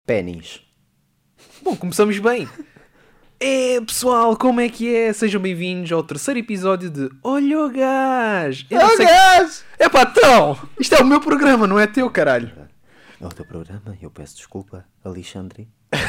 Pénis. Bom, começamos bem. Pessoal, como é que é? Sejam bem-vindos ao terceiro episódio de Olha o Gás! Gás! Então! Isto é o meu programa, não é teu, caralho. É o teu programa, eu peço desculpa, Alexandre.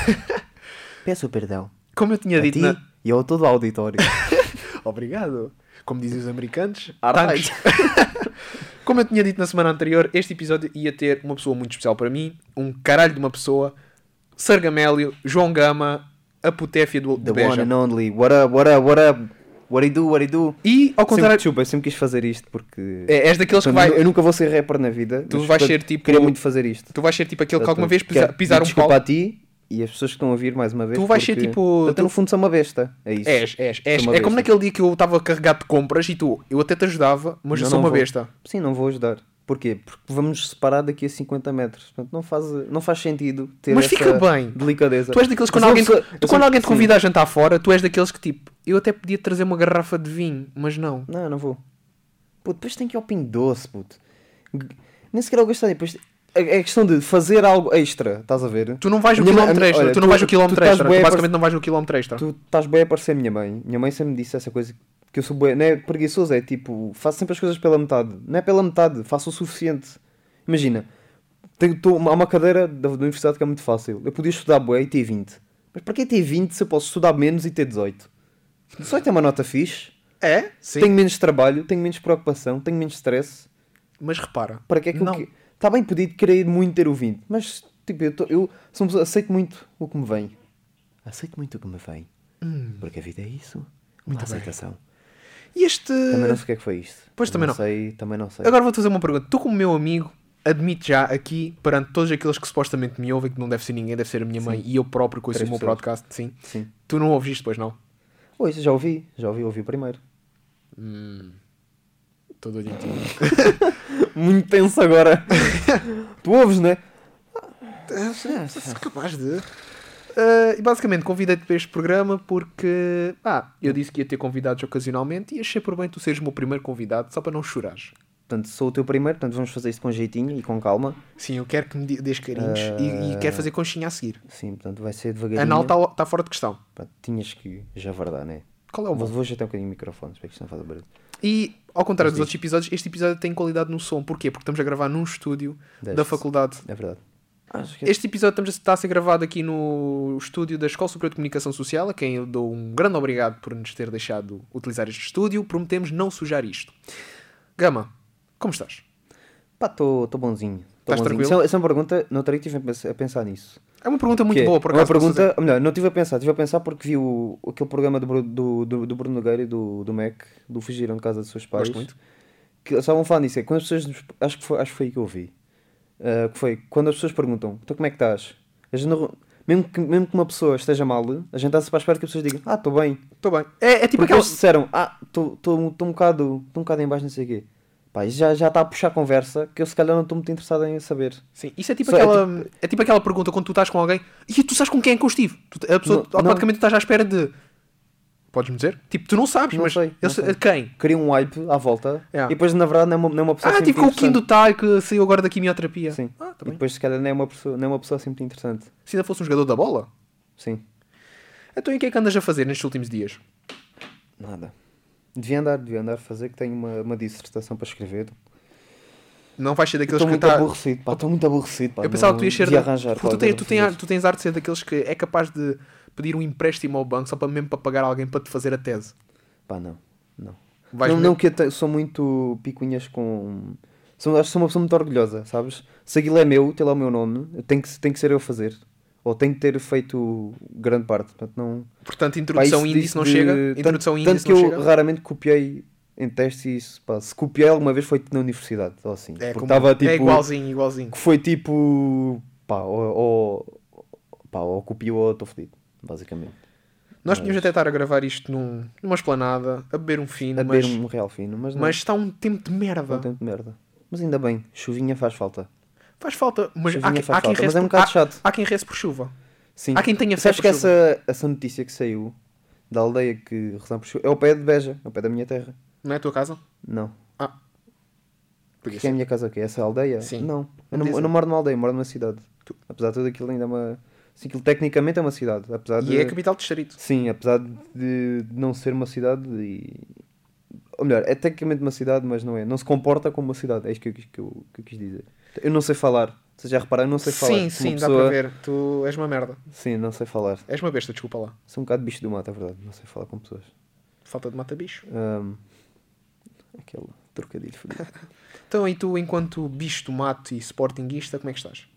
Peço perdão. Como eu tinha A dito ti e ao todo o auditório. Obrigado. Como dizem os americanos. Alright. Como eu tinha dito na semana anterior, este episódio ia ter uma pessoa muito especial para mim. Um caralho de uma pessoa. Sargamélio, João Gama, a putéfia do The Beja. one and only. What up, what up, what up? What I do? E, ao contrário... Desculpa, eu sempre quis fazer isto porque... És daqueles que Portanto, vai... Eu nunca vou ser rapper na vida. Tu mas, vais portanto, ser tipo... Queria muito fazer isto. Tu vais ser tipo aquele que alguma vez Quero pisar um desculpa pau. a ti e as pessoas que estão a ouvir mais uma vez. Tu vais ser porque, tipo... portanto, no fundo sou uma besta. É isso. És. Sou uma É como besta. naquele dia que eu estava carregado de compras e eu até te ajudava, mas eu sou uma vou. besta. Sim, não vou ajudar. Porquê? Porque vamos nos separar daqui a 50 metros. Portanto, não faz sentido ter Mas essa fica bem. delicadeza. Tu és daqueles que Mas quando alguém te sim. convida a jantar fora, tu és daqueles que tipo, eu até podia trazer uma garrafa de vinho, mas não. Não vou. Puto, depois tem que ir ao Pingo Doce, puto. Nem sequer eu gostei. Depois é questão de fazer algo extra, estás a ver? Tu não vais o Minha mãe- quilómetro extra, olha, tu não vais o quilómetro estás extra, bué tu a basicamente não vais o quilómetro extra. Tu estás bem a parecer minha mãe. Minha mãe sempre me disse essa coisa, que eu sou bué, não é preguiçoso, é tipo, faço sempre as coisas pela metade. Não é pela metade, faço o suficiente. Imagina, há uma cadeira da universidade que é muito fácil. Eu podia estudar bué e ter 20. Mas para que ter 20 se eu posso estudar menos e ter 18? 18 é uma nota fixe. É? Sim. Tenho menos trabalho, tenho menos preocupação, tenho menos stress. Mas repara, Para que é que não. Está bem podido querer muito ter o 20, mas tipo, eu sou uma pessoa, aceito muito o que me vem. Aceito muito o que me vem. Porque a vida é isso. Uma Muito bem. aceitação. E este... Também não sei o que é que foi isto. Pois, também não. Também não sei. Agora vou-te fazer uma pergunta. Tu como meu amigo, admite já aqui, perante todos aqueles que supostamente me ouvem, que não deve ser ninguém, deve ser a minha mãe e eu próprio com esse 3 meu pessoas. podcast, sim. Sim. Tu não ouves isto depois, não? Oi, já ouvi primeiro. Estou doido em ti. Muito tenso agora. Tu ouves, né? Sou capaz de... e basicamente convidei-te para este programa porque eu disse que ia ter convidados ocasionalmente e achei por bem tu seres o meu primeiro convidado, só para não chorares. Portanto, sou o teu primeiro, portanto vamos fazer isto com jeitinho e com calma. Sim, eu quero que me dês carinhos e quero fazer conchinha a seguir. Sim, portanto vai ser devagarinho. Anal está fora de questão. Pá, tinhas que javardar, né? Qual é o Vou ajeitar um bocadinho o microfone, espero que isto não faça barulho. E, ao contrário dos outros episódios, este episódio tem qualidade no som. Porquê? Porque estamos a gravar num estúdio da faculdade. É verdade. Este episódio está a ser gravado aqui no estúdio da Escola Superior de Comunicação Social, a quem eu dou um grande obrigado por nos ter deixado utilizar este estúdio. Prometemos não sujar isto. Gama, como estás? Pá, estou bonzinho. Estás tranquilo? Essa é uma pergunta, não teria tive a pensar nisso. É uma pergunta muito Que boa, por é uma acaso. pergunta, ou melhor, não estive a pensar porque vi aquele programa do Bruno Nogueira e do Mac, do Fugiram de Casa dos Seus Pais. Gosto muito. Que estavam falando disso, quando as pessoas, acho que foi aí que eu ouvi, que foi, quando as pessoas perguntam, então como é que estás? A gente não, mesmo que uma pessoa esteja mal, a gente está-se para a espera que as pessoas digam, estou bem. Estou bem. É tipo Porque aquela... eles disseram, estou um bocado em baixo, não sei o quê. Pá, isso já está a puxar a conversa que eu se calhar não estou muito interessado em saber. Sim, isso é tipo Só aquela... É tipo aquela pergunta quando tu estás com alguém e tu sabes com quem é que eu estive. A pessoa automaticamente estás à espera de... Podes-me dizer? Tipo, tu não sabes, Não mas... sei. Quem? Cria um hype à volta Yeah. e depois na verdade não é uma pessoa assim tipo muito com o Kim do interessante. Tai que saiu agora da quimioterapia. Sim. Tá E bem. depois se calhar não é uma pessoa assim muito interessante. Se ainda fosse um jogador da bola. Sim. Então e o que é que andas a fazer nestes últimos dias? Nada. Devia andar a fazer que tenho uma dissertação para escrever. Não vais ser daqueles Estou que muito aborrecido, pá. Estou muito aborrecido, pá. Eu pensava que tu ias ser... Devia arranjar Porque qualquer tu coisa. tens arte de ser daqueles que é capaz de pedir um empréstimo ao banco só para mesmo para pagar alguém para te fazer a tese. Pá, não. Vais Não, mesmo- não que sou muito picuinhas com... Acho que sou uma pessoa muito orgulhosa, sabes? Se aquilo é meu, tem lá o meu nome, tem que ser eu a fazer. Ou tenho que ter feito grande parte. Portanto, não... Portanto, introdução Pá, índice não chega. Introdução tanto índice que não eu chega. raramente copiei em testes e isso. Pá, se copiei alguma vez foi na universidade, ou assim. É, Porque como... estava tipo... é igualzinho. Que foi tipo... Pá, ou copio ou estou fodido, basicamente. Nós podíamos até estar a gravar isto numa esplanada, a beber um fino, A beber um real fino, mas não. mas está um tempo de merda. Um tempo de merda. Mas ainda bem, chuvinha faz falta. Faz falta, mas Chuvinha há faz quem falta, reze mas é um por- bocado chato. há quem reze por chuva. Sim. Há quem tenha fé Sabes por que chuva. essa notícia que saiu da aldeia que rezam por chuva é ao pé de Beja, é ao pé da minha terra. Não é a tua casa? Não. Podia Que é a ser. minha casa aqui? Essa aldeia? Sim. Não. Eu Podia não, ser. eu não moro numa aldeia, eu moro numa cidade. Apesar de tudo aquilo ainda é uma... Sim, aquilo tecnicamente é uma cidade. Apesar E de... é a capital do distrito. Sim, apesar de não ser uma cidade e... Ou melhor, é tecnicamente uma cidade, mas não é. Não se comporta como uma cidade. É isto que eu quis dizer. Eu não sei falar. Vocês já repararam? Eu não sei falar. Sim, Sou sim, uma dá pessoa- para ver. Tu és uma merda. Sim, não sei falar. És uma besta, desculpa lá. Sou um bocado bicho do mato, é verdade. Não sei falar com pessoas. Falta de mata-bicho. Aquele trocadilho fodido. Então, e tu, enquanto bicho do mato e sportinguista, como é que estás?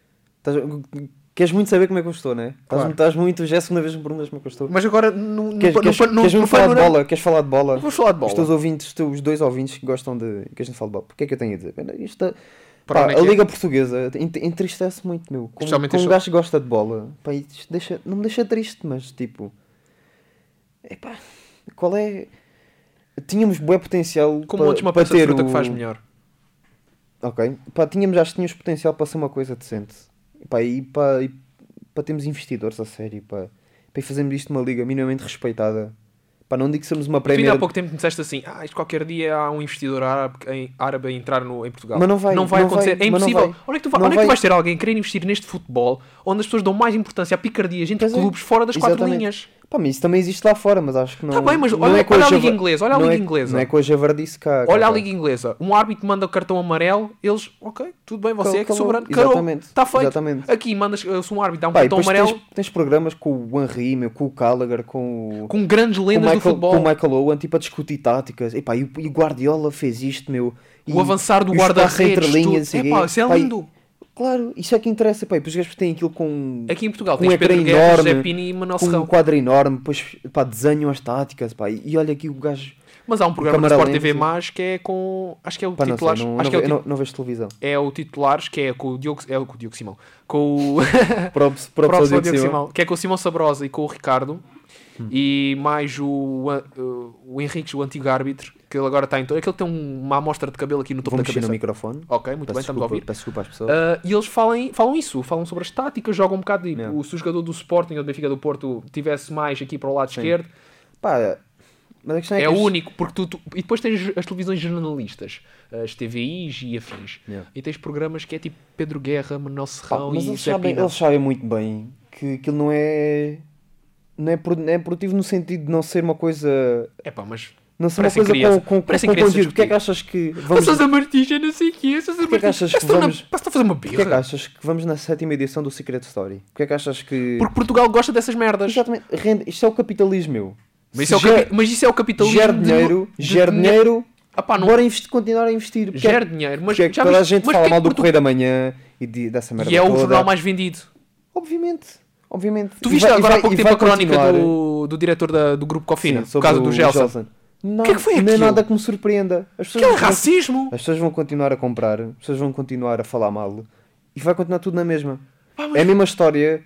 Queres muito saber como é que eu estou, não é? Claro. Estás muito... Já é a segunda vez que me perguntas como é que eu estou. Mas agora, no Queres mesmo falar de bola? Queres falar de bola? Vamos falar de bola. Os teus ouvintes, os dois ouvintes que gostam de... Que a gente fala de bola. Porque é que eu tenho a dizer? Pena, Para pá, onde é a que é? Liga Portuguesa entristece muito, meu. Como Especialmente um este gajo que gosta de bola. Pá, isto não me deixa triste, mas tipo... Epá, qual é... Tínhamos bué potencial Como montes uma peça de fruta que faz melhor. Ok. Pá, tínhamos potencial para ser uma coisa decente. Pá, e para termos investidores a sério, para fazermos isto uma liga minimamente respeitada. Pá, não digo que somos uma Tu ainda Premier... há pouco tempo me disseste assim, isto qualquer dia há um investidor árabe a entrar em Portugal. Mas não vai, Não vai não acontecer. vai, É mas não impossível. vai. Onde é que Não tu vai. vais ter alguém querer investir neste futebol onde as pessoas dão mais importância a picardias entre Pois é. clubes fora das quatro Exatamente. linhas? Pá, mas isso também existe lá fora, mas acho que não... Tá bem, mas não olha- é com olha a java- Liga Inglesa, olha a não Liga é- Inglesa. Não é com a javardice cá. Olha a cá. Liga Inglesa. Um árbitro manda o cartão amarelo, eles, ok, tudo bem, você é que Calou. soberano. Exatamente. Está feito. Exatamente. Aqui mandas, se um árbitro dá um Pá, e cartão depois amarelo tens programas com o Henry, meu, com o Gallagher, com com grandes o lendas do Michael, futebol. com o Michael Owen, tipo a discutir táticas. E pá, e o Guardiola fez isto, meu. E, O avançar do e o espaço entre guarda-redes. linhas, tudo. e Epá, isso é pá, e- lindo. Claro, isso é que interessa, pá. E depois os gajos têm aquilo com... Aqui em Portugal com tens um ecrã Pedro Guerra, enorme, José Pina e Manuel com um Serrão. quadro enorme, depois pá, desenham as táticas, pá. E olha aqui o gajo... Mas há um programa na câmara Sport TV lenta. Mais que é com. Acho que é o Pá, não sei, titulares. não, acho não, que é o, eu ti- não vejo televisão. é o titulares, que é com o Diogo. É com o Diogo Simão. Com o. Props Próximo ao ao Diogo Diogo Simão. Simão. Que é com o Simão Sabrosa e com o Ricardo. E mais o Henrique, o antigo árbitro, que ele agora está em todo. Aquele que tem uma amostra de cabelo aqui no topo Vou da mexer no cabeça. microfone. Ok, muito bem, estamos a ouvir. Peço desculpa às pessoas. E eles falam isso, falam sobre as táticas, jogam um bocado. Tipo, Yeah. se o jogador do Sporting ou do Benfica do Porto tivesse mais aqui para o lado esquerdo, Pá, mas a questão é é que... o os- único. Porque e depois tens as televisões jornalistas, as TVIs e afins. Yeah. E tens programas que é tipo Pedro Guerra, Manuel Pá, Serrão mas e eles Zé sabem, Pina. eles sabem muito bem que aquilo não é... Não é produtivo no sentido de não ser uma coisa... Epá, mas Não ser uma Parecem coisa crianças. com Parecem com crianças conteúdo. Porque é que discutir. achas que Vamos... vamos... Sousa Martins, eu não sei o quê. Sousa Porquê é que Martins. achas que Parece vamos... que estão a fazer uma Porquê é que birra. achas que vamos na 7ª edição do Secret Story? Porquê é que achas que... Porque Portugal gosta dessas merdas. Exatamente. Isto é o capitalismo, meu. Mas Se isso, mas isso é o capitalismo. gera dinheiro, gera dinheiro. Pá, não... bora continuar a investir. Porque Gera dinheiro. Mas porque é que já toda a viste- gente mas fala porquê mal que do Portugal- Correio da Manhã e dessa merda E é o toda. jornal mais vendido. Obviamente. Tu E viste vai- agora e há pouco vai- e tempo vai a crónica continuar. do diretor do Grupo Cofina, Sim, por sobre causa do o Gelson. Não, que foi não é aquilo? nada que me surpreenda. As pessoas, Aquilo é vão- racismo. as pessoas vão continuar a comprar, as pessoas vão continuar a falar mal e vai continuar tudo na mesma. Pá, mas- É a mesma história.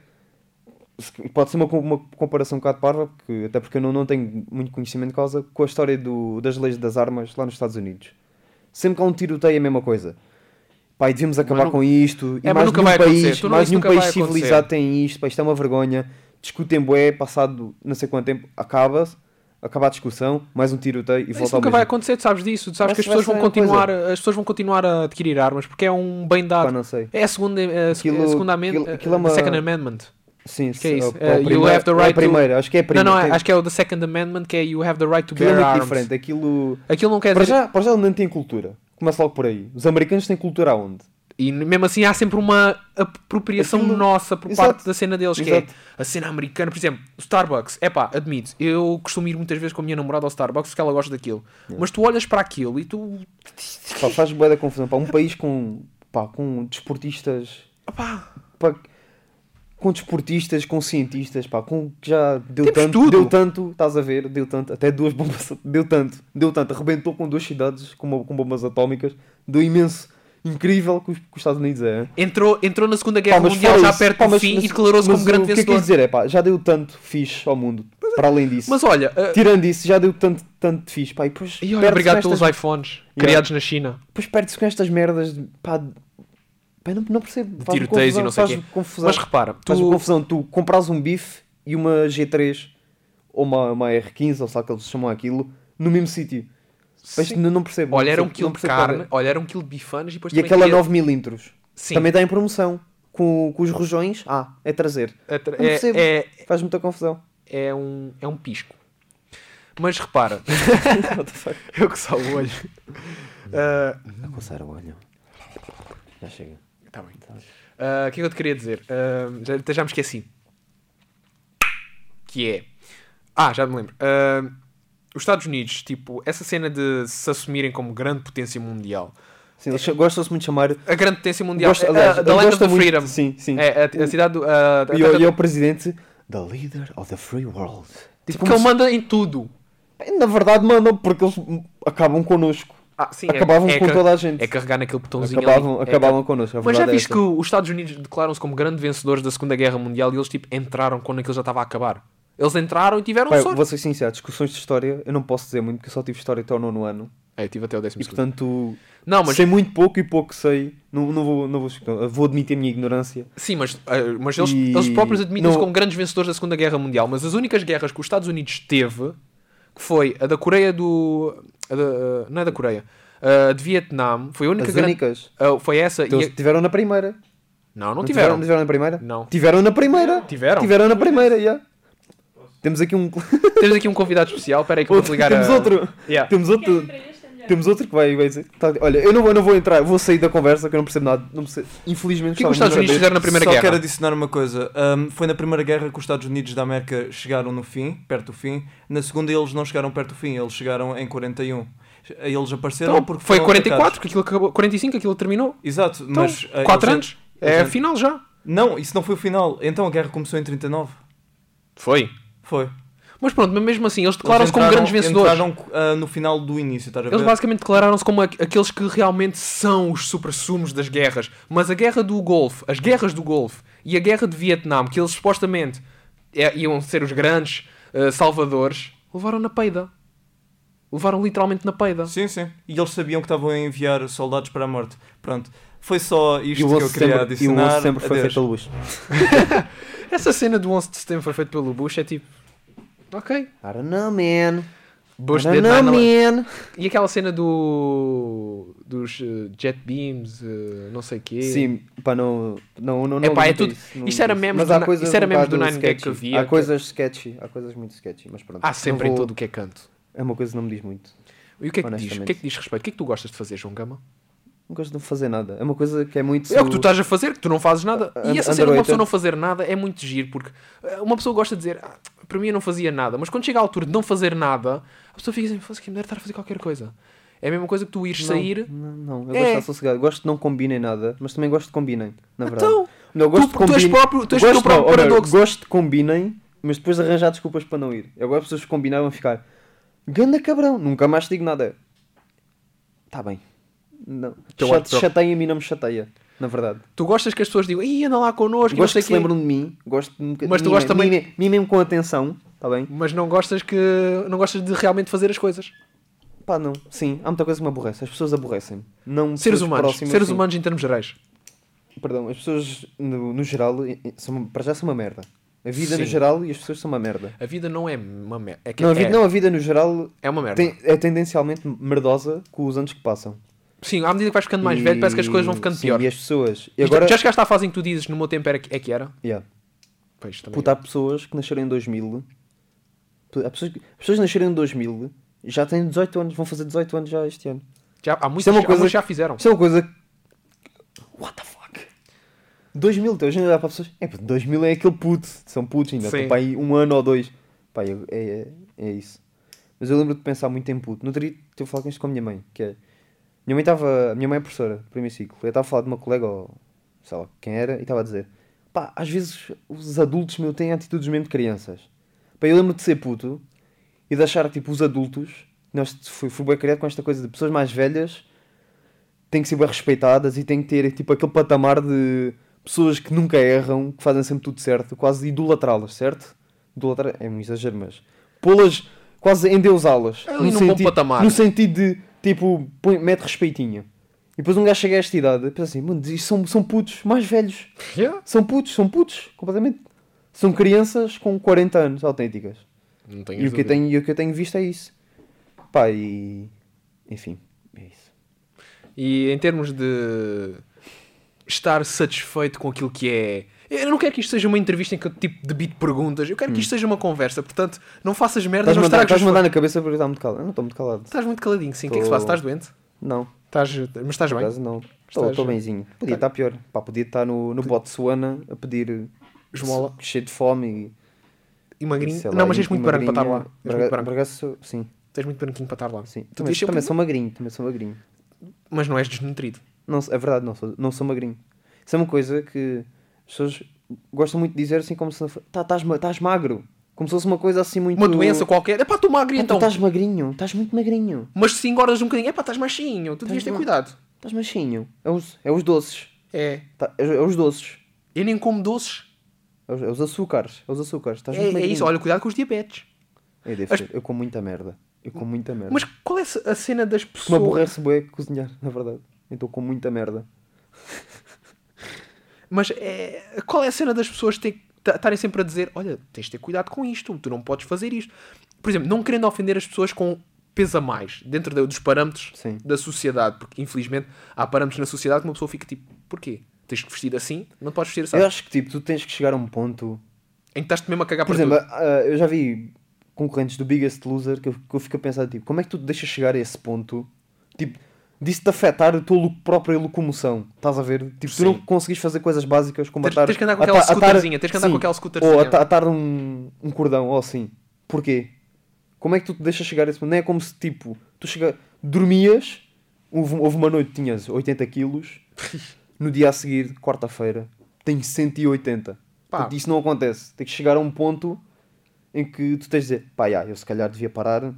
Pode ser uma comparação um bocado parva, até porque eu não tenho muito conhecimento de causa, com a história das leis das armas lá nos Estados Unidos. Sempre que há um tiroteio é a mesma coisa. Pá, e devíamos acabar nu- com isto. E mas mais nunca nenhum vai acontecer. país, Tu não- mais isso nenhum nunca país vai acontecer. civilizado tem isto. Pá, isto é uma vergonha. Discutem bué, passado não sei quanto tempo, acaba a discussão, mais um tiroteio e Isso volta ao nunca vai mesmo. acontecer, tu sabes disso. Tu sabes que Vai ser a mesma as pessoas vão continuar a adquirir armas porque é um bem dado. Pá, não sei. É a segunda, Aquilo- a segunda amendment, aquilo é uma- the Second Amendment. Sim, Que é isso? é o You primeiro- have the é right a primeira, acho que é a primeira. Não, Tem- acho que é o the Second Amendment, que é you have the right to aquilo é bear muito arms. diferente. Aquilo... Aquilo não quer Para dizer... já eles não têm cultura. Começa logo por aí. Os americanos têm cultura aonde? E mesmo assim há sempre uma apropriação Aquilo- nossa por Exato. parte da cena deles, que Exato. é a cena americana. Por exemplo, o Starbucks. Admito, eu costumo ir muitas vezes com a minha namorada ao Starbucks porque ela gosta daquilo. Mas tu olhas para aquilo e tu... Pá, faz bué da confusão. Pá, um país com desportistas... Opá, Pá, com desportistas, com cientistas, pá, com que já deu Temos tanto, tudo. deu tanto, estás a ver, deu tanto, até duas bombas, deu tanto, arrebentou com 2 cidades com bombas atómicas, deu imenso, incrível que os Estados Unidos é. entrou na Segunda Pá, Guerra mas Mundial fora já isso, perto pá, do mas- fim mas- e declarou-se mas como grande o que é que eu vencedor. ia dizer é pá, já deu tanto fixe ao mundo, para além disso. Mas olha... Tirando isso, já deu tanto fixe, pá, e depois E olha, perde-se obrigado com pelos estas, iPhones Yeah. criados na China. depois perde-se com estas merdas, pá, não percebo, faz-me Tiroteios e confusão, não sei o faz-me quê. confusão. Mas repara, Faz-me tu... confusão, tu compras um bife e uma G3 ou uma R15, ou sei lá que eles chamam aquilo, no mesmo sítio. Isto não percebo. Olha, não era um percebo, quilo não de percebo qual carne, é. olha, era um quilo de bifanas e depois E também aquela queria- 9 milímetros. Sim. Também está em promoção. Com os rojões, é trazer. Não percebo. Faz muita confusão. É um pisco. Mas repara, What the fuck? eu que só o olho. A coçar o olho. Já chega. Tá bem. O que é que eu te queria dizer? Até já me esqueci. Que é... já me lembro. Os Estados Unidos, tipo, essa cena de se assumirem como grande potência mundial. Sim, eles gostam-se muito de chamar. A grande potência mundial. Aliás, The Land of the muito- Freedom. Sim, sim. É a cidade do... E o presidente, the leader of the free world. Tipo, que ele manda em tudo. Na verdade, mandam, porque eles acabam connosco. Sim, Acabavam com toda a gente. É carregar naquele botãozinho Acabavam ali. connosco. Mas já viste que os Estados Unidos declaram-se como grandes vencedores da Segunda Guerra Mundial e eles tipo entraram quando aquilo já estava a acabar. Eles entraram e tiveram sorte. Vou ser sincero, discussões de história, eu não posso dizer muito, porque eu só tive história até o 9º ano. Eu tive até o 12º. E portanto, Não, mas... sei muito pouco e pouco sei. Vou admitir a minha ignorância. Sim, mas E- eles próprios admitem-se não- como grandes vencedores da Segunda Guerra Mundial. Mas as únicas guerras que os Estados Unidos teve, que foi a da Coreia do... não é da Coreia. A de Vietnã. Foi a única As grande... únicas. Foi essa. Então, E eles tiveram na primeira. Não tiveram. Não tiveram na primeira? Não. Tiveram na primeira. Tiveram? Tiveram na primeira, já. Temos aqui um. Temos aqui um convidado especial. Espera aí que eu vou ligar Temos a... outro. Yeah. Temos outro. Temos outro que vai dizer. Olha, eu não vou entrar, vou sair da conversa que eu não percebo nada. Não percebo. Infelizmente, O que os gostava Estados muito Unidos de fizeram na Primeira Só Guerra? quero adicionar uma coisa. Foi na Primeira Guerra que os Estados Unidos da América chegaram no fim, perto do fim. Na Segunda eles não chegaram perto do fim, eles chegaram em 41. Eles apareceram Então, porque foi foram 44, atacados. que aquilo acabou, 45, aquilo terminou. Exato, Então, mas... 4 eles- anos. É a final já. Não, isso não foi o final. Então a guerra começou em 39. Foi. Foi. Mas pronto, mas mesmo assim, eles declaram-se Eles como grandes vencedores. entraram no final do início, estás a ver? Eles basicamente declararam-se como aqueles que realmente são os super-sumos das guerras. Mas a guerra do Golfo, as guerras do Golfo e a guerra de Vietnã, que eles supostamente iam ser os grandes salvadores, levaram na peida. Levaram literalmente na peida. Sim, sim. E eles sabiam que estavam a enviar soldados para a morte. Pronto. Foi só E isto o que 11 eu de queria setembro, e o 11 adicionar. de setembro foi Adeus. feito pelo Bush. Essa cena do 11 de setembro foi feita pelo Bush, é tipo... Ok. I don't know, man. Bush I don't did know, 9/11. man. E aquela cena dos jet beams, não sei o quê. Sim, pá, não Epá, é ligo tudo- isso, não isto ligo era isso. memes Mas do há na- coisas isso era um memes do bocado 9gag que sketchy. havia, Há que- coisas sketchy, há coisas muito sketchy, mas pronto. Há sempre Não em vou- tudo o que é canto. É uma coisa que não me diz muito. E o que é que diz? O Honestamente. que é que diz respeito? O que é que tu gostas de fazer, João Gama? Não gosto de fazer nada. É uma coisa que é muito... É o que tu estás a fazer, que tu não fazes nada. E essa cena de uma underrated. pessoa não fazer nada é muito giro, porque uma pessoa gosta de dizer, para mim eu não fazia nada, mas quando chega à altura de não fazer nada, a pessoa fica assim, "Foda-se, que me deve estar a fazer qualquer coisa." É a mesma coisa que tu ires sair. Não. Eu É. gosto de estar sossegado. Gosto de não combinem nada, mas também gosto de combinem, na verdade. Então, Não, eu gosto tu és próprio- tu és o teu próprio olha, paradoxo. gosto de combinem, mas depois arranjar desculpas para não ir. Eu gosto de pessoas que combinavam ficar ganda cabrão, nunca mais digo nada. Tá bem. Não. Teu Chateia-me e não me chateia, na verdade. Tu gostas que as pessoas digam, ih, anda lá connosco, e não Gosto sei que se quê." lembram de mim, gosto de um Mas tu gostas também- mim mesmo com atenção, tá bem? Mas não gostas de realmente fazer as coisas. Pá, não. Sim, há muita coisa que me aborrece. As pessoas aborrecem-me. Não Seres pessoas humanos. próximas, Seres sim. humanos em termos gerais. Perdão, as pessoas no geral para já são uma merda. A vida no Sim. geral e as pessoas são uma merda. A vida não é uma merda. É, que Não, é, a vida no geral é uma merda. é tendencialmente merdosa com os anos que passam. Sim, à medida que vais ficando mais velho, parece que as coisas vão ficando sim, pior. E as pessoas. E Isto- agora. Já chegaste à fase em que tu dizes, no meu tempo é que era? Yeah. Pois, também. Puta, há pessoas que nasceram em 2000. Há pessoas que nasceram em 2000 já têm 18 anos, vão fazer 18 anos já este ano. Há muitos Isto é uma coisa- já fizeram. Isto é uma coisa. What the fuck? 2000, hoje ainda dá para pessoas. 2000 é aquele puto, são putos ainda. Sim. Estão para aí 1 ano ou 2. Pá, é isso. Mas eu lembro de pensar muito em puto. No outro dia estive a falar com isto com a minha mãe, que é. A minha mãe é professora, do primeiro ciclo. Eu estava a falar de uma colega, ou sei lá quem era, e estava a dizer: pá, às vezes os adultos meu têm atitudes mesmo de crianças. Pá, eu lembro de ser puto e de achar tipo os adultos. Fui bem criado com esta coisa de pessoas mais velhas têm que ser bem respeitadas e têm que ter tipo aquele patamar de pessoas que nunca erram, que fazem sempre tudo certo, quase idolatrá-las, certo? Idolatrar é um exagero, mas pô-las, quase endeusá-las. Ali num bom patamar. No sentido de, tipo, mete respeitinho. E depois um gajo chega a esta idade e pensa assim, mano, isto são putos mais velhos. Yeah. São putos, completamente. São crianças com 40 anos, autênticas. Não tenho E o que eu tenho visto é isso. Pá, e Enfim, é isso. E em termos de estar satisfeito com aquilo que é... Eu não quero que isto seja uma entrevista em que eu tipo debito perguntas. Eu quero que isto seja uma conversa. Portanto, não faças merdas, não estragas Estás-me a mandar na cabeça porque está muito calado. Eu não estou muito calado. Estás muito caladinho, sim. O que é que se passa? Estás doente? Não. Mas estás Por bem? acaso não. Estás- Estou benzinho. Podia estar pior. Pá, podia estar no Botsuana a pedir Esmola. cheio de fome E magrinho? sei lá, Não, mas e tens muito branco para estar lá. Tens muito branco. Bragaço, sim. Tens muito branquinho para estar lá. Sim. Tu Também, devias ser também um- sou magrinho. Também sou magrinho. Mas não és desnutrido. Não, é verdade, não sou magrinho. Isso é uma coisa que as pessoas gostam muito de dizer assim como se... Estás magro. Como se fosse uma coisa assim muito... Uma doença qualquer. É pá, estou magro Ah, tu então. estás magrinho. Estás muito magrinho. Mas se engordas um bocadinho, é pá, estás machinho. Tu devias ter ma- cuidado. Estás machinho. É os doces. É. É os doces. Eu nem como doces. É os açúcares. É os açúcares. Estás muito É magrinho. isso. Olha, cuidado com os diabetes. Eu devo ser. Eu como muita merda. Mas qual é a cena das Que me pessoas... aborrece bué cozinhar, na verdade. Então como muita merda. Mas qual é a cena das pessoas estarem sempre a dizer: olha, tens de ter cuidado com isto, tu não podes fazer isto. Por exemplo, não querendo ofender as pessoas com peso a mais, dentro dos parâmetros Sim. da sociedade, porque infelizmente há parâmetros na sociedade que uma pessoa fica tipo: porquê? Tens que vestir assim? Não podes vestir assim. Eu acho que tipo, tu tens que chegar a um ponto... Em que estás-te mesmo a cagar Por para exemplo, tudo. eu já vi concorrentes do Biggest Loser que eu fico a pensar, tipo, como é que tu te deixas chegar a esse ponto? Tipo, disso-te afetar a tua própria locomoção. Estás a ver? Tipo, tu Sim. não conseguis fazer coisas básicas como Tens que andar com aquela scooterzinha, tens que andar com aquela scooterzinha. Ou atar um cordão, ou assim. Porquê? Como é que tu te deixas chegar a esse ponto? Não é como se, tipo, dormias, houve uma noite que tinhas 80 quilos, no dia a seguir, quarta-feira, tenho 180. Pá. Portanto, isso não acontece. Tem que chegar a um ponto em que tu tens de dizer, pá, eu se calhar devia parar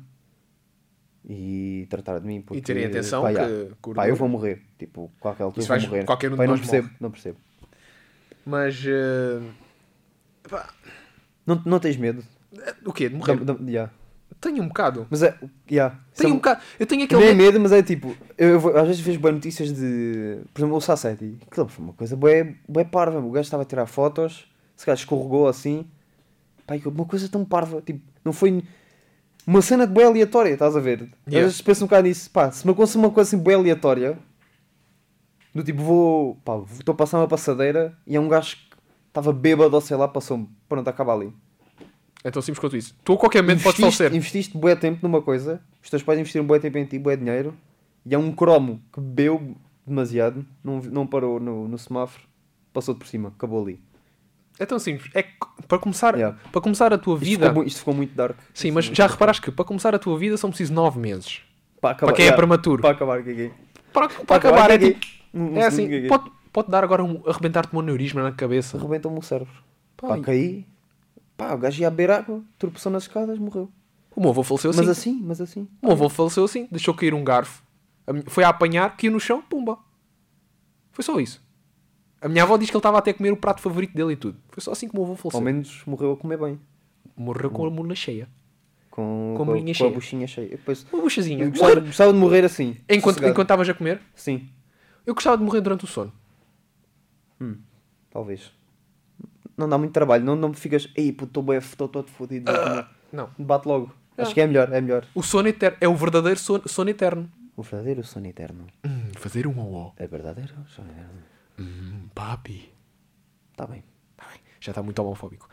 e tratar de mim. Porque, E terem atenção pá, que pá, eu vou morrer. Tipo, qualquer altura Isso eu vou vais- morrer. qualquer um de Pá, eu nós não percebo. Mas. Pá, Não tens medo? o quê? De morrer? Yeah. Tenho um bocado. Mas é, yeah. Tenho um bocado. Eu tenho aquele Não é medo. medo, mas é tipo, às vezes vejo boas notícias de, por exemplo, o Sassetti. Aquilo foi uma coisa bué parva. O gajo estava a tirar fotos, se calhar escorregou assim. Pá, uma coisa tão parva. Tipo, não foi uma cena de bué aleatória, estás a ver? Às Yeah. vezes penso um bocado nisso. Pá, se me acontecer uma coisa assim bué aleatória, do tipo, estou a passar uma passadeira e é um gajo que estava bêbado ou sei lá, passou-me. Pronto, acaba ali. É tão simples quanto isso. Tu a qualquer momento podes falecer. Investiste bué tempo numa coisa, os teus pais investiram bué tempo em ti, bué dinheiro, e há um cromo que bebeu demasiado, não parou no semáforo, passou-te por cima, acabou ali. É tão simples. É que, para começar, Yeah. para começar a tua Isto vida... ficou muito dark. Sim, mas já reparaste que para começar a tua vida são precisos 9 meses. Para Para quem é prematuro. Para acabar, que Para acabar é caguei. tipo... É assim, pode dar agora arrebentar-te um aneurisma na cabeça. Arrebentou-me o cérebro. Pá, Caí. Pá, o gajo ia a beber água, tropeçou nas escadas, morreu. O meu avô faleceu assim. Mas assim. O meu avô faleceu assim. Deixou cair um garfo. Foi a apanhar, caiu no chão, pumba. Foi só isso. A minha avó diz que ele estava até a comer o prato favorito dele e tudo. Foi só assim que o meu avô faleceu. Ao menos morreu a comer bem. Morreu com a mula cheia. Com a bolinha a cheia. buchinha cheia. Depois, Uma buchazinha. eu gostava de morrer assim. Enquanto sossegado. estavas a comer, Sim, eu gostava de morrer durante o sono. talvez. Não dá muito trabalho, não ficas, ei puto, estou todo fodido. Não. Bate logo. Ah. Acho que é melhor. O sono eterno é o verdadeiro sono eterno. O verdadeiro sono eterno. Fazer um ó. É verdadeiro sono eterno. Papi. Está bem. Tá bem, já está muito homofóbico.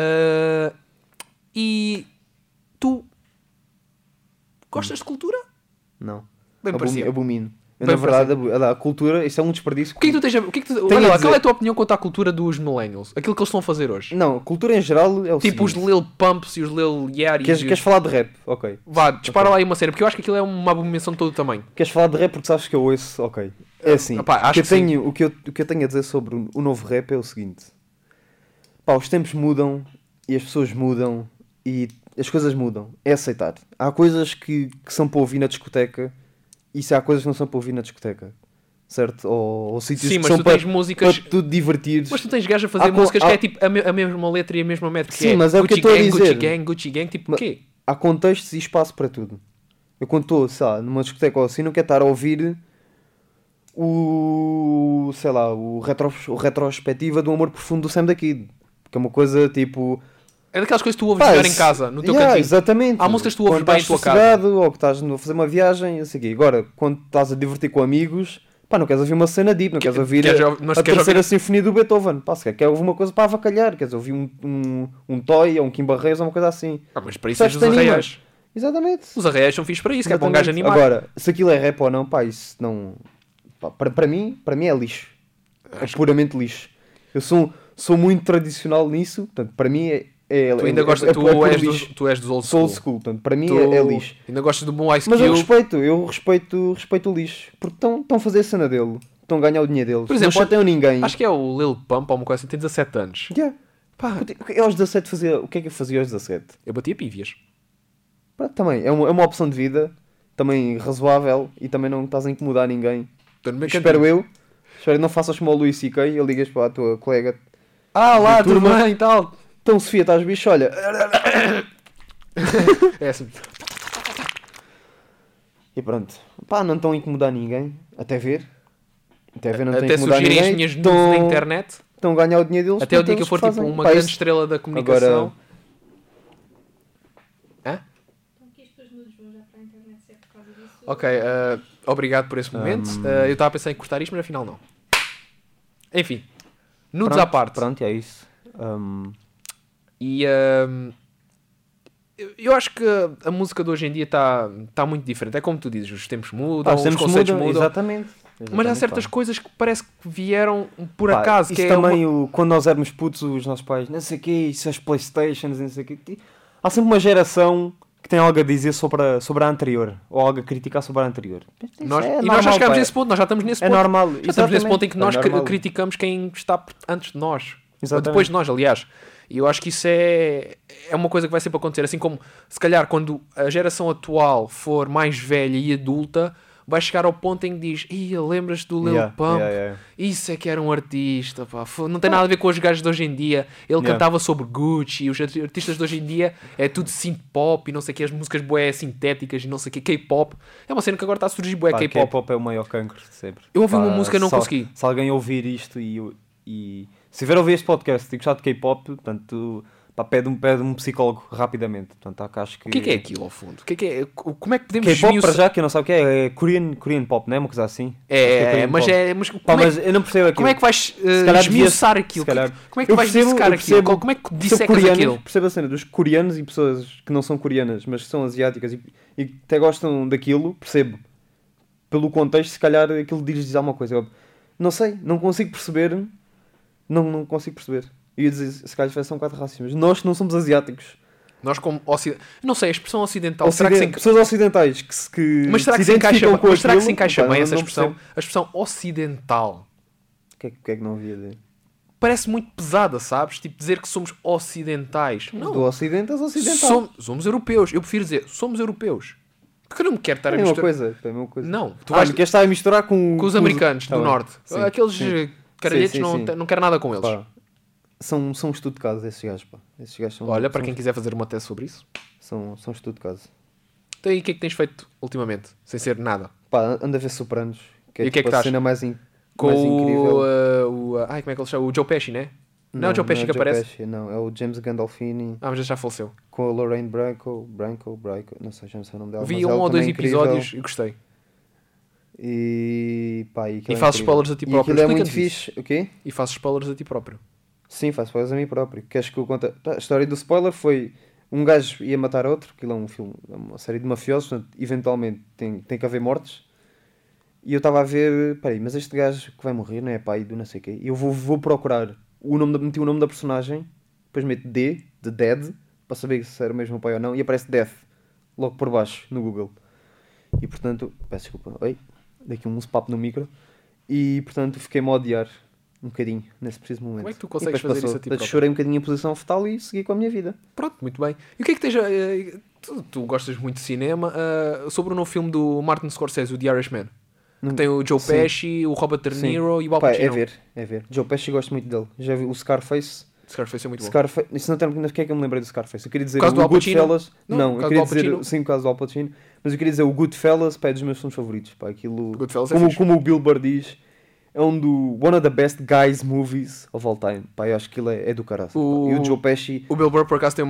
E tu gostas de cultura? Não. Bem parecia. Abomino. Eu, Bem na verdade, a cultura, isso é um desperdício. O que é que tu tens a... Tenho Olha a lá, dizer- qual é a tua opinião quanto à cultura dos millennials? Aquilo que eles estão a fazer hoje? Não, cultura em geral é o Tipo os seguinte. Lil Pumps e os Lil Yaris. Queres falar de rap? Ok. Vá, dispara lá aí uma cena, porque eu acho que aquilo é uma abominação de todo o tamanho. Queres falar de rap porque sabes que eu ouço? Ok. É assim. Epá, acho o, que eu que sim. tenho, o, que eu tenho a dizer sobre o novo rap é o seguinte. Pá, os tempos mudam e as pessoas mudam e as coisas mudam. É aceitar. Há coisas que são para ouvir na discoteca e se há coisas que não são para ouvir na discoteca. Certo? Ou sítios Sim, que mas são tu para, tens músicas... para tu te divertires. Mas tu tens gajos a fazer Há co- músicas que há- é tipo a mesma letra e a mesma métrica. Sim, que mas é o que Gucci eu estou a Gang, dizer. Gucci Gang, tipo o Mas- quê? Há contextos e espaço para tudo. Eu quando estou, sei lá, numa discoteca ou assim, não quero estar a ouvir sei lá, o retrospectiva do Amor Profundo do Sam da Kid. Porque é uma coisa tipo, É daquelas coisas que tu ouves Pá, jogar em casa, no teu yeah, cantinho. exatamente. Há músicas que tu ouves Quando bem em estás tua casa. sossegado, ou que estás a fazer uma viagem, não sei o quê. Agora, quando estás a divertir com amigos, pá, não queres ouvir uma cena deep, não queres ouvir mas a queres terceira ouvir- sinfonia do Beethoven. Pá, se quer ouvir uma coisa para avacalhar, queres ouvir um Toy ou um Kim Barreiros ou uma coisa assim. Mas para isso tens os Percebes-te, arraiais. Exatamente. Os arraiais são fixos para isso, que é para um gajo Exatamente. animar. Agora, se aquilo é rap ou não, pá, isso não... Pá, para mim é lixo. É puramente lixo. Eu sou muito tradicional nisso, portanto, para mim Tu ainda gostas, tu és dos old Sou school. old school, portanto, para mim Tu é lixo. ainda gostas do bom Ice Mas Cube. eu respeito o lixo. Porque estão a fazer a cena dele. Estão a ganhar o dinheiro deles. Por exemplo, não chateiam ninguém. Acho que é o Lil Pump ou uma coisa assim, tem 17 anos. Yeah. Pá, Eu aos 17 fazia... O que é que eu fazia aos 17? eu batia pívias. Pá, também, é uma opção de vida. Também razoável. E também não estás a incomodar ninguém. Estou no meu Espero cantinho. Espero que não faças como o Luís C.K. e ligas para a tua colega. Ah, lá, da tudo turma. bem e tal. Então, Sofia, estás bicho? Olha... É assim. E pronto. Pá, não estão a incomodar ninguém. Até ver. Até ver, não estão a Até incomodar surgirem as ninguém. minhas nudes na internet. Estão a ganhar o dinheiro deles. Até o portanto, dia que eu eles for tipo fazem. uma Pá, grande isso- estrela da comunicação. Agora, Hã? Então que as tuas nudes vão já para a internet, se é por causa disso. Ok, obrigado por esse momento. Eu estava a pensar em cortar isto, mas afinal não. Enfim, nudes pronto, à parte. Pronto, é isso. E eu acho que a música de hoje em dia está muito diferente. É como tu dizes, os tempos mudam, Pá, os sempre conceitos mudam, mudam. exatamente. Mas há Exatamente, certas pá. coisas que parece que vieram por Pá, acaso. isso Que é também, quando nós éramos putos, os nossos pais, não sei o quê, isso as Playstations, não sei o quê. Há sempre uma geração que tem algo a dizer sobre a anterior, ou algo a criticar sobre a anterior. Isso Nós, é e nós normal, já chegámos pá. nesse ponto, nós já estamos nesse É ponto. normal, Já estamos nesse ponto em que exatamente, nós é normal. criticamos quem está antes de nós. Ou Exatamente. depois de nós, aliás. E eu acho que isso é uma coisa que vai sempre acontecer. Assim como, se calhar, quando a geração atual for mais velha e adulta, vai chegar ao ponto em que diz: Ih, lembras-te do Lil Yeah, Pump? yeah. Isso é que era um artista, pá. Não tem nada a ver com os gajos de hoje em dia. Ele Yeah. cantava sobre Gucci. E os artistas de hoje em dia é tudo synth-pop e não sei o que. As músicas bué sintéticas e não sei o que. K-pop. É uma cena que agora está a surgir bué Pá, K-pop. K-pop é o maior cancro de sempre. Eu ouvi uma música e não consegui. Se alguém ouvir isto e se vier a ouvir este podcast e gostar de K-pop, portanto, pá, pede um psicólogo rapidamente. Portanto, acho que... O que é aquilo, ao fundo? Como é que podemos K-pop, esmiuçar- para já, que eu não sei o que é Korean pop, não é uma coisa assim? Acho que Korean mas pop. é. Mas Pá, como, mas eu não percebo aquilo. como é que vais calhar esmiuçar devia- aquilo? se calhar- Como é que tu Eu vais percebo- dissecar eu aquilo? percebo- Como é que percebo dissecas coreanos, aquilo? percebo a cena dos coreanos e pessoas que não são coreanas, mas que são asiáticas e que até gostam daquilo, percebo. Pelo contexto, se calhar aquilo diz alguma coisa. Eu não sei, não consigo perceber. Não consigo perceber. Eu ia dizer, se calhar vai ser um bocado racista, mas nós que não somos asiáticos. Nós, como não sei, a expressão ocidental. Será que se Pessoas ocidentais que Mas será que se se encaixa, identificam com mas será que se aquilo, encaixa pá, bem não- essa não expressão? percebo. A expressão ocidental O que é que não havia de... parece muito pesada, sabes? Tipo, dizer que somos ocidentais. Do Não, ocidente aos ocidentais. somos europeus. Eu prefiro dizer, somos europeus. Porque eu não me quero estar É a a mesma misturar. coisa. É a mesma coisa. Não, tu Não vais queres estar a misturar com com os americanos Tá do bem. norte. Sim, Aqueles sim. caralhetes Sim, sim, sim. não quero nada com eles. Pá, são um estudo de caso esses gajos, pá. Esses gajos são, Olha, para são, quem quiser fazer uma tese sobre isso. são estudo de caso. Então aí o que é que tens feito ultimamente? Sem ser nada. Pá, anda a ver Sopranos. Que é, E o que é que tipo, a estás? cena mais incrível. Com ai, como é que ele chama? O Joe Pesci, né? Não é o Joe Pesci que aparece? Pesci, não, é o James Gandolfini Ah, mas já faleceu. com a Lorraine Branco, não sei, já não sei o nome dela. Vi mas um ela ou dois também é incrível. episódios e gostei. E pá, e, aquilo E é fazes incrível. spoilers a ti E próprio. aquilo é muito Explica-te isso. fixe. O quê? E fazes spoilers a ti próprio. Sim, faço spoilers a mim próprio. Queres que eu conte? Tá, a história do spoiler foi um gajo ia matar outro, aquilo é um filme, é uma série de mafiosos, portanto, eventualmente tem que haver mortes. E eu estava a ver, peraí, mas este gajo que vai morrer não é pai do não sei o quê. E eu vou procurar meti o nome da personagem, depois meto D, de Dead, para saber se era mesmo o pai ou não, e aparece Death, logo por baixo, no Google. E portanto, peço desculpa, oi, daqui um papo no micro. E portanto fiquei-me a odiar um bocadinho nesse preciso momento. Como é que tu E consegues depois fazer isso a ti Depois próprio? chorei um bocadinho em posição fetal e segui com a minha vida. Pronto, muito bem. E o que é que esteja. Tu gostas muito de cinema. Sobre o novo filme do Martin Scorsese, o The Irishman. Que tem o Joe Sim. Pesci, o Robert De Sim. Niro e o Al Pá, Pacino. é ver. Joe Pesci gosto muito dele. Já vi o Scarface. Scarface é muito bom. Scarface. Isso não tem o que é que eu me lembrei do Scarface. Eu queria dizer Por causa do o Al Pacino? Goodfellas. Não, Não, por eu causa queria do Al dizer Pacino. sim, por causa do Al Pacino. Mas eu queria dizer o Goodfellas, pá, é dos meus filmes favoritos. Pá, aquilo, Goodfellas é como, fixe. como o Bill Burr diz, é one of the best guys movies of all time. Pá, eu acho que ele é do caralho. E o Joe Pesci... O Bill Burr, por acaso, é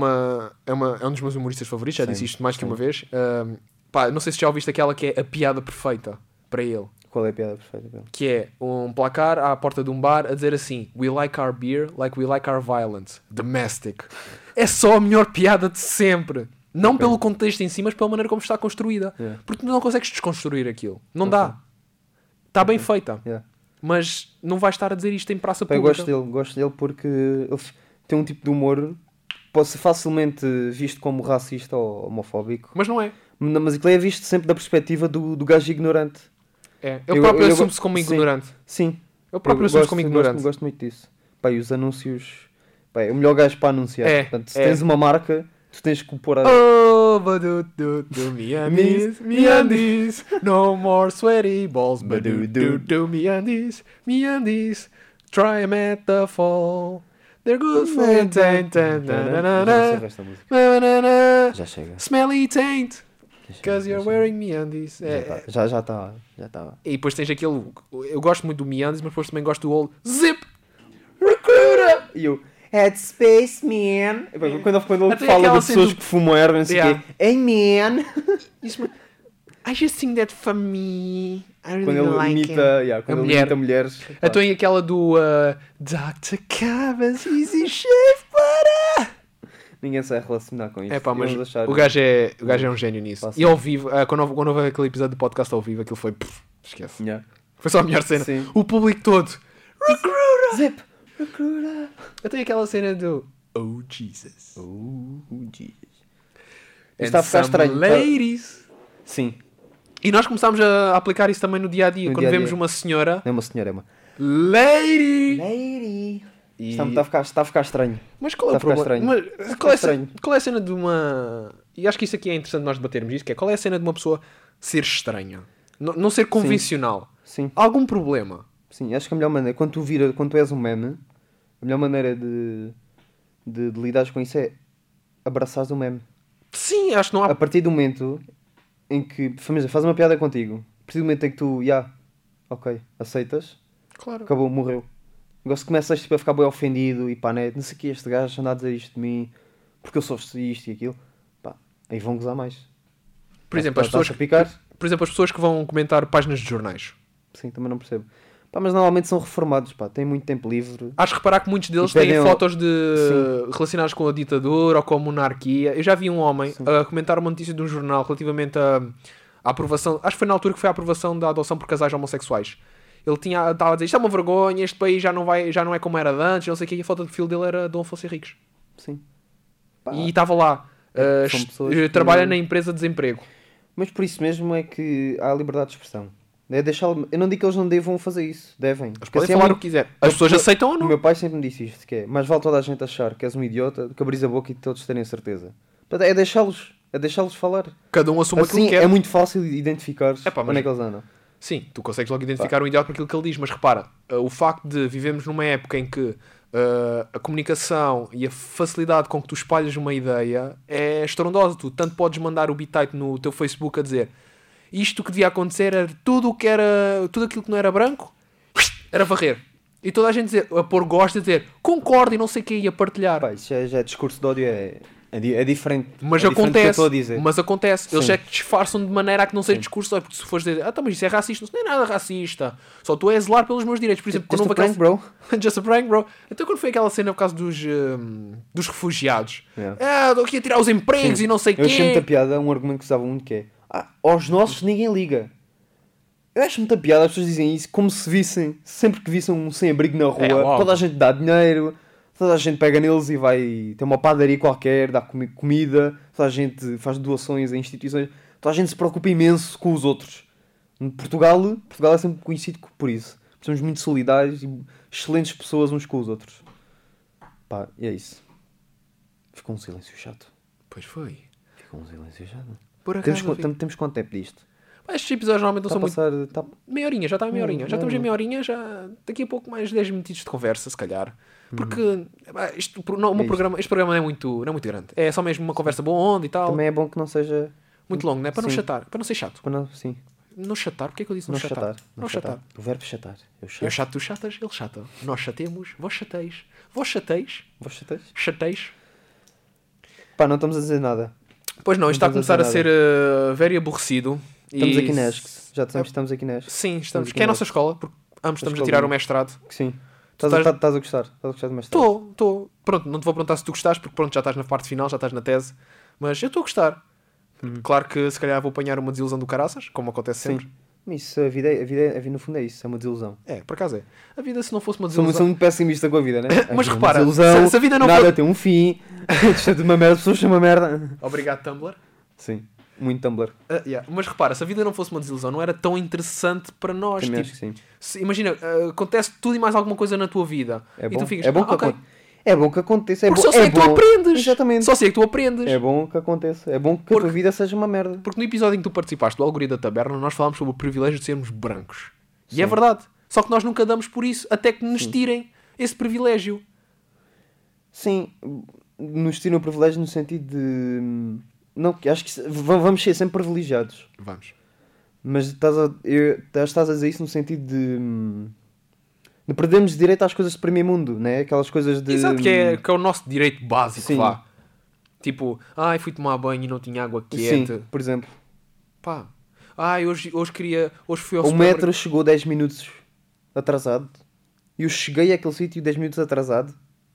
um dos meus humoristas favoritos. Já Sim, disse isto mais que sim. uma vez. Pá, não sei se já ouviste aquela que é a piada perfeita para ele. Qual é a piada perfeita dele? Que é um placar à porta de um bar a dizer assim: We like our beer like we like our violence. Domestic. É só a melhor piada de sempre. Não Ok. pelo contexto em si, mas pela maneira como está construída. Yeah. Porque tu não consegues desconstruir aquilo. Não Ok. dá. Está bem feita. Yeah. Mas não vais estar a dizer isto em praça Pá, eu pública. gosto dele porque ele tem um tipo de humor que pode ser facilmente visto como racista ou homofóbico. Mas não é. Mas aquilo é visto sempre da perspectiva do gajo ignorante. É. Ele Eu- próprio eu- assume-se como sim. ignorante. Sim. Ele próprio assume-se como ignorante. Gosto muito disso. Pá, e os anúncios... Pá, é o melhor gajo para anunciar. É, Portanto, se é. tens uma marca, tu tens que pôr a... Oh, badududu, meandis, meandis, no more sweaty balls, badududu, meandis, meandis, try 'em at the fall, they're good for your taint, Já chega esta música. Já chega. smelly taint, Já chega, cause you're já wearing meandis. chega. Já está. E depois tens aquele, eu gosto muito do meandis, mas depois também gosto do old zip, recruiter. E eu... Headspace, man. Quando ele Até fala aquela de pessoas cena do- que fumam erva, não sei o Yeah. quê. Hey, man. Isso, I just think that for me, I really Quando ele like it. imita... Yeah, quando A ele mulher. imita mulheres. pá. Então e aquela do Dr. Cavas Easy Shave para... Ninguém se vai relacionar com isso. É pá, mas Vamos achar- o gajo é um gênio nisso. Fácil. E ao vivo, quando houve aquele episódio do podcast ao vivo, aquilo foi... esquece. Yeah. Foi só a melhor cena. Sim. O público todo. Recruiter! Zip. Recruiter. Eu tenho aquela cena do... Oh, Jesus. Jesus. And Está a ficar some estranho. ladies. Sim. E nós começámos a aplicar isso também no dia-a-dia. No Quando dia-a-dia. vemos uma senhora... É uma senhora, é uma... Lady! Lady. E- Está a ficar estranho. Mas qual é o Está a ficar problema? estranho. Mas Está a qual, é ficar qual é a cena de uma... E acho que isso aqui é interessante nós debatermos isso, que é qual é a cena de uma pessoa ser estranha? Não ser convencional. Sim. Algum problema? Sim, acho que a melhor maneira... Quando tu és um meme, a melhor maneira de lidares com isso é abraçares o meme. Sim, acho que não A há... partir do momento em que... Família, faz uma piada contigo. A partir do momento em que tu... ok, aceitas... Claro. Acabou, morreu. Agora se começas tipo, a ficar bem ofendido e pá, né, não sei o que este gajo anda a dizer isto de mim porque eu sou isto e aquilo, pá, aí vão gozar mais. Por exemplo, as Estás pessoas, a picar? por exemplo, as pessoas que vão comentar páginas de jornais. Sim, também não percebo. Pá, mas normalmente são reformados, pá, têm muito tempo livre. Acho que reparar que muitos deles E têm pedem fotos relacionadas com a ditadura ou com a monarquia. Eu já vi um homem a comentar uma notícia de um jornal relativamente à aprovação, acho que foi na altura que foi a aprovação da adoção por casais homossexuais. Ele estava a dizer, isto é uma vergonha, este país já não é como era de antes, não sei o que, e a foto de perfil dele era Dom Afonso Henriques. Sim. Pá, E estava lá, são pessoas que- trabalha na empresa de desemprego. mas por isso mesmo é que há liberdade de expressão. É deixar... Eu não digo que eles não devam fazer isso, devem. Eles Porque podem assim é falar muito- o que quiser. As pessoas aceitam ou O não? meu pai sempre me disse isto, que é, mais vale toda a gente achar que és um idiota do que abrir a boca e todos terem certeza. Portanto, é deixá-los falar. Cada um assume aquilo Assim que quer. é muito fácil identificar Epá, mas- onde é que eles andam. Sim, tu consegues logo identificar o idiota por aquilo que ele diz, mas repara, o facto de vivemos numa época em que a comunicação e a facilidade com que tu espalhas uma ideia é estrondosa. Tu tanto podes mandar o bitite no teu Facebook a dizer isto que devia acontecer era tudo aquilo que não era branco era varrer. E toda a gente a pôr gosto, a dizer concordo e não sei o que, e a partilhar. Pá, isso já é discurso de ódio, é diferente. Mas é diferente do que eu acontece, estou a dizer. mas acontece. Eles Sim. é que disfarçam de maneira a que não seja discurso de ódio. Porque se fores dizer, mas isso é racista, isso não é nada racista. Só estou a zelar pelos meus direitos. Por exemplo, quando Just a houve prank, bro. Just a prank, bro. Então quando foi aquela cena por causa dos refugiados, Yeah. estou aqui a tirar os empregos Sim. e não sei o Eu achei muita quê. piada, um argumento que usava muito que é aos nossos ninguém liga. Eu acho muita piada, as pessoas dizem isso como se vissem, sempre que vissem um sem-abrigo na rua, logo. toda a gente dá dinheiro, toda a gente pega neles e vai ter uma padaria qualquer, dá comida, toda a gente faz doações a instituições, toda a gente se preocupa imenso com os outros. Portugal é sempre conhecido por isso. Somos muito solidários e excelentes pessoas uns com os outros. Pá, e é isso. Ficou um silêncio chato. Pois foi. Ficou um silêncio chato. Por acaso, Temos quanto tempo disto? estes episódios normalmente não Está a são muito... passar... Meia horinha, já está em meia horinha. Já estamos em não. meia horinha, já daqui a pouco mais 10 minutinhos de conversa, se calhar. Porque este programa não é muito grande. É só mesmo uma conversa boa onda e tal. Também é bom que não seja... Muito longo, né? Para não Sim. chatar, para não ser chato. Sim. Não chatar? Porquê que eu disse não Não chatar? chatar. Não chatar. O verbo chatar. Eu chato. Eu chato, tu chatas, ele chata. Nós chatemos, vós chateis. Vós chateis, Vos chateias? chateis. Pá, não estamos a dizer nada. Pois não, isto está a estamos começar a dizer ser very aborrecido. Estamos E- aqui na ESC. Já dissemos que estamos aqui na ESC. Sim, estamos. aqui Que é a na nossa escola, porque ambos estamos a escola. tirar o mestrado. Que sim. Tu Estás a gostar? Estás a gostar de mestrado? Estou. Pronto, não te vou perguntar se tu gostaste, porque pronto, já estás na parte final, já estás na tese. Mas eu estou a gostar. Claro que se calhar vou apanhar uma desilusão do caraças, como acontece Sim. sempre. Isso, a vida, no fundo é isso. É uma desilusão. É, por acaso é. A vida, se não fosse uma Sou desilusão. muito pessimista com a vida, né? Mas É uma repara, desilusão, se a vida não nada for- tem um fim. Isto é de uma merda, as pessoas são uma merda. Obrigado, Tumblr. Sim, muito Tumblr. Yeah. Mas repara, se a vida não fosse uma desilusão, não era tão interessante para nós. Também Tipo, acho que sim. imagina, acontece tudo e mais alguma coisa na tua vida. É e bom, tu ficas, é bom que ok. É bom que aconteça. É Porque bom, só sei que tu bom. aprendes. Exatamente. Só sei que tu aprendes. É bom que aconteça. É bom que a tua vida seja uma merda. Porque no episódio em que tu participaste do Algoritmo da Taberna, nós falámos sobre o privilégio de sermos brancos. E Sim. é verdade. Só que nós nunca damos por isso, até que nos tirem esse privilégio. Sim, nos tiram o privilégio no sentido de... Não, acho que vamos ser sempre privilegiados. Vamos. Mas estás a dizer isso no sentido de perdermos direito às coisas de primeiro mundo, né? Aquelas coisas de... Exato, que é o nosso direito básico, Sim. vá. Tipo, ai, fui tomar banho e não tinha água quente. Sim, por exemplo. Pá. Ai, hoje fui ao O supermercado. metro chegou 10 minutos atrasado. E eu cheguei àquele sítio 10 minutos atrasado.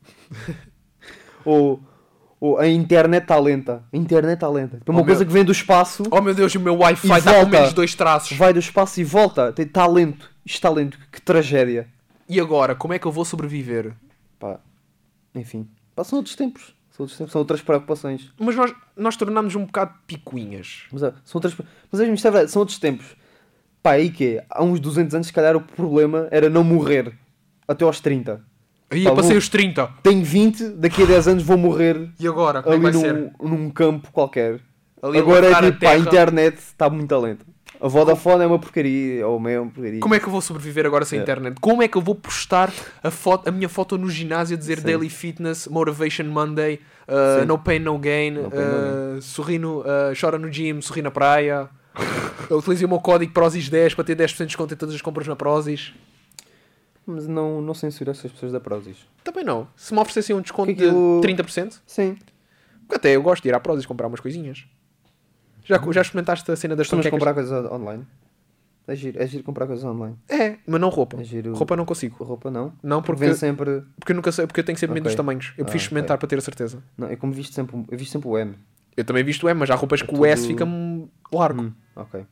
ou a internet está lenta. A internet está lenta. É uma Oh, coisa meu- que vem do espaço, Oh meu Deus, o meu Wi-Fi E está com volta. menos 2 traços. vai do espaço e volta. Está lento. Isto está lento. Que tragédia. E agora, como é que eu vou sobreviver? Pá. Enfim. Pá, são outros tempos. São outras preocupações. Mas nós tornámos um bocado picuinhas. Mas, são outras... Mas mesmo isto é verdade. São outros tempos. Pá, aí que é? Há uns 200 anos, se calhar, o problema era não morrer. Até aos 30. Aí Pá, eu passei vou- os 30. Tenho 20. Daqui a 10 anos vou morrer E agora, como é ali que vai ser? num campo qualquer. Ali a Agora lavrar é a tipo, pá, a terra. internet está muito lenta. A Vodafone é uma porcaria. Ou é uma porcaria. Como é que eu vou sobreviver agora sem É. internet? Como é que eu vou postar a minha foto no ginásio a dizer Sim. Daily Fitness, Motivation Monday, Sim. No Pain No Gain, No pain, no sorri chora no gym, sorri na praia. Eu utilizei o meu código Prozis10 para ter 10% de desconto em todas as compras na Prozis. Mas não censura essas pessoas da Prozis. Também não. Se me oferecessem um desconto Que aquilo- de 30%, Sim. porque até eu gosto de ir à Prozis comprar umas coisinhas. Já experimentaste a cena das Costumas panquecas? comprar coisas online? É giro comprar coisas online. É, mas não roupa. É giro. Roupa não consigo. Roupa não. Não, porque Vem sempre... eu nunca sei, porque eu tenho sempre medo dos Ok. tamanhos. Eu prefiro Ah, experimentar ok. para ter a certeza. Não, eu visto sempre o M. Eu também visto o M, mas há roupas que o tudo- S fica largo. Ok.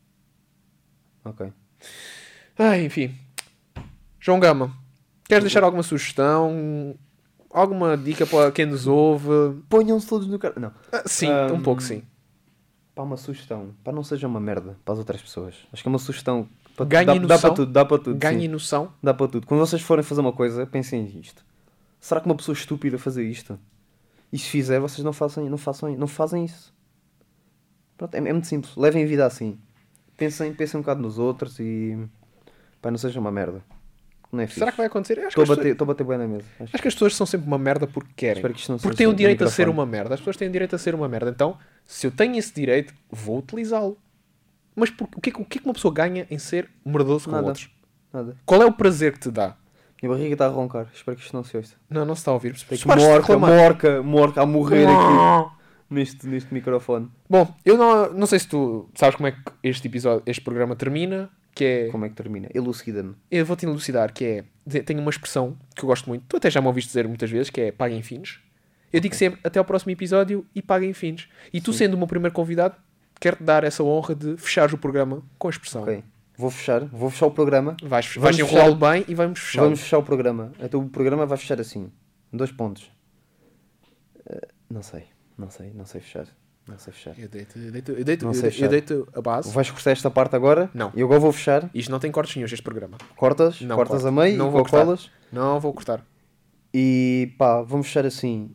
Ok. Enfim. João Gama, queres deixar alguma sugestão? Alguma dica para quem nos ouve? Ponham-se todos no carro. Não. Sim, um pouco sim. Pá, uma sugestão. Pá, não seja uma merda para as outras pessoas. Acho que é uma sugestão. Ganhem Dá noção. para tudo, dá para tudo. Ganhem sim. noção. Dá para tudo. Quando vocês forem fazer uma coisa, pensem nisto. Será que uma pessoa estúpida fazer isto? E se fizer, vocês não fazem isso. Pronto, é muito simples. Levem a vida assim. Pensem um bocado nos outros e... Pá, não seja uma merda. Não é fixe. Será que vai acontecer? Acho Estou que, a bater bem na mesa. Acho acho que as pessoas são sempre uma merda porque querem. Espero que isto não Porque seja têm o no direito a ser microfone. uma merda. As pessoas têm o direito a ser uma merda. Então, se eu tenho esse direito, vou utilizá-lo. Mas o que é que uma pessoa ganha em ser merdoso com Nada. outros? Nada. Qual é o prazer que te dá? Minha barriga está a roncar. Espero que isto não se ouça. Não se está a ouvir. Tem que Pares de reclamar. morca a morrer aqui neste microfone. Bom, eu não sei se tu sabes como é que este programa termina, que é... Como é que termina? Elucida-me. Eu vou-te elucidar, que é... Tenho uma expressão que eu gosto muito, tu até já me ouviste dizer muitas vezes, que é paguem fins. Eu digo sempre, até ao próximo episódio e paguem fins. E tu, sendo o meu primeiro convidado, quero-te dar essa honra de fechares o programa com a expressão. Ok. Vou fechar o programa. Vais Vamos enrolá-lo bem e vamos fechar. Vamos fechar o programa. Então o programa vai fechar assim. 2 pontos. Não sei fechar. Não sei fechar. Não sei fechar. Eu deito a base. Vais cortar esta parte agora? Não. E agora vou fechar. Isto não tem cortes nenhum, este programa. Cortas Não cortas corto. a meio Não e vou cortar. colas. Não vou cortar. E pá, vamos fechar assim.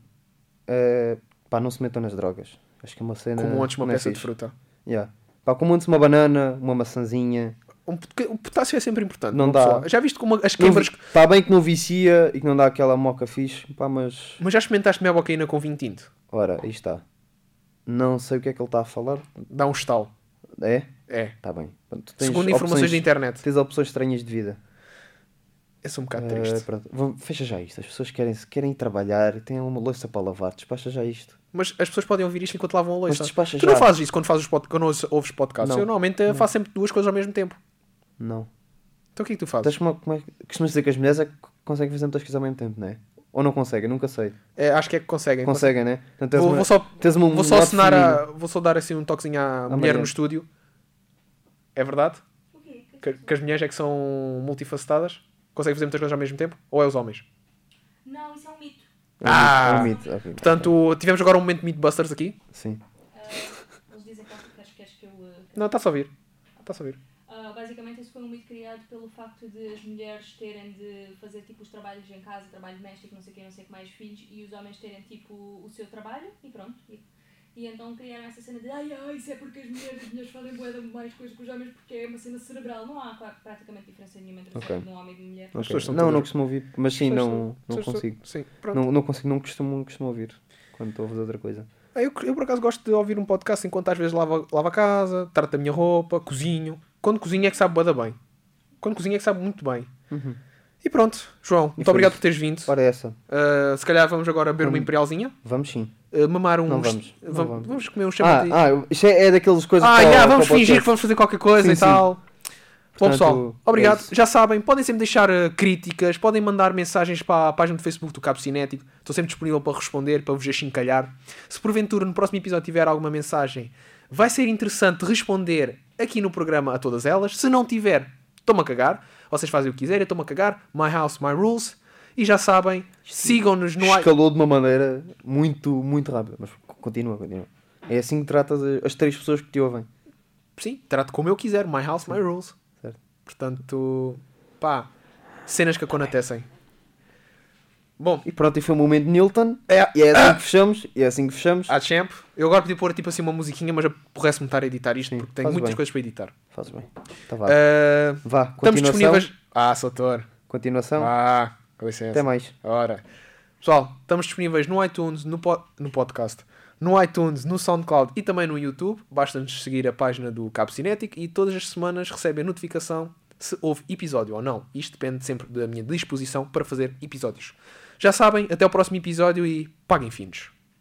Pá, não se metam nas drogas. Acho que é uma cena. Como antes uma não é peça de fixe. fruta. Yeah. Pá, como antes uma banana, uma maçãzinha. O potássio é sempre importante. Não uma dá. pessoa. Já viste como as queimbras... Está bem que não vicia e que não dá aquela moca fixe. Pá, mas. Mas já experimentaste mebocaína com vinho tinto? Ora, aí está. Não sei o que é que ele está a falar. Dá um estalo. É? É. Tá bem. Pronto, tu tens Segundo informações da internet. Tens opções estranhas de vida. Eu sou um bocado triste. Pronto. Fecha já isto. As pessoas querem ir trabalhar, têm uma louça para lavar. Despacha já isto. Mas as pessoas podem ouvir isto enquanto lavam a Mas louça. despacha Tu já. não fazes isso quando quando ouves podcasts. Não. Eu normalmente faço sempre duas coisas ao mesmo tempo. Não. Então o que é que tu fazes? Costumas dizer que as mulheres é que conseguem fazer muitas coisas ao mesmo tempo, não é? Ou não conseguem? Nunca sei. Acho que é que conseguem. Conseguem, né? Portanto, Vou só modo vou só dar assim um toquezinho à mulher Mariana. no estúdio. É verdade? O quê? Que as mulheres é que são multifacetadas? Conseguem fazer muitas coisas ao mesmo tempo? Ou é os homens? Não, isso é um mito. É um mito. Ok. Portanto, tivemos agora um momento Mythbusters aqui. Sim. Eles dizem que queres que eu... Não, está-se a ouvir. Está-se a ouvir. Basicamente, esse foi um mito criado pelo facto de as mulheres terem de fazer tipo os trabalhos em casa, trabalho doméstico, não sei o que mais filhos, e os homens terem tipo o seu trabalho e pronto. E então criaram essa cena de isso é porque as mulheres fazem bué de mais coisas que os homens porque é uma cena cerebral. Não há praticamente diferença nenhuma entre o cérebro de um homem e de uma mulher. Ok. pessoas são Não todas- costumo ouvir. Mas sim, não consigo. Sim, pronto. Não consigo, não costumo ouvir. Quando estou a fazer outra coisa. Eu por acaso gosto de ouvir um podcast enquanto às vezes lavo a casa, trato da minha roupa, cozinho. Quando cozinho é que sabe bué da bem. Quando cozinho é que sabe muito bem. Uhum. E pronto, João, muito foi obrigado isso. por teres vindo. Ora essa. Se calhar vamos agora beber uma imperialzinha. Vamos sim. Mamar uns... Não vamos. Não vamos. Vamos comer um chamate. Isto é daqueles coisas para Vamos para o fingir podcast. que vamos fazer qualquer coisa Sim, e sim. tal. Bom Portanto, pessoal, obrigado. é isso. Já sabem, podem sempre deixar críticas, podem mandar mensagens para a página do Facebook do Cabo Cinético. Estou sempre disponível para responder, para vos achincalhar. Se porventura no próximo episódio tiver alguma mensagem, vai ser interessante responder aqui no programa a todas elas. Se não tiver, estou-me a cagar. Vocês fazem o que quiserem, estou-me a cagar. My house, my rules. E já sabem, sigam-nos no... Escalou de uma maneira muito, muito rápida. Mas continua. É assim que tratas as 3 pessoas que te ouvem. Sim, trato como eu quiser. My house, my rules. Certo. Portanto, pá, cenas que acontecem. Bom, E pronto, e foi o momento de Newton. é E é assim que fechamos. E é assim que fechamos. a champ. Eu agora podia pôr tipo assim uma musiquinha, mas aborrece-me estar a editar isto Sim, porque tenho faz muitas bem. coisas para editar. Fazes bem. Tá, vá. Estamos Continuação. disponíveis. Soutor. Continuação. Com licença. Até mais. Ora. Pessoal, estamos disponíveis no iTunes, no podcast, no iTunes, no SoundCloud e também no YouTube. Basta-nos seguir a página do Cabo Cinético e todas as semanas recebem a notificação se houve episódio ou não. Isto depende sempre da minha disposição para fazer episódios. Já sabem, até o próximo episódio e paguem finos.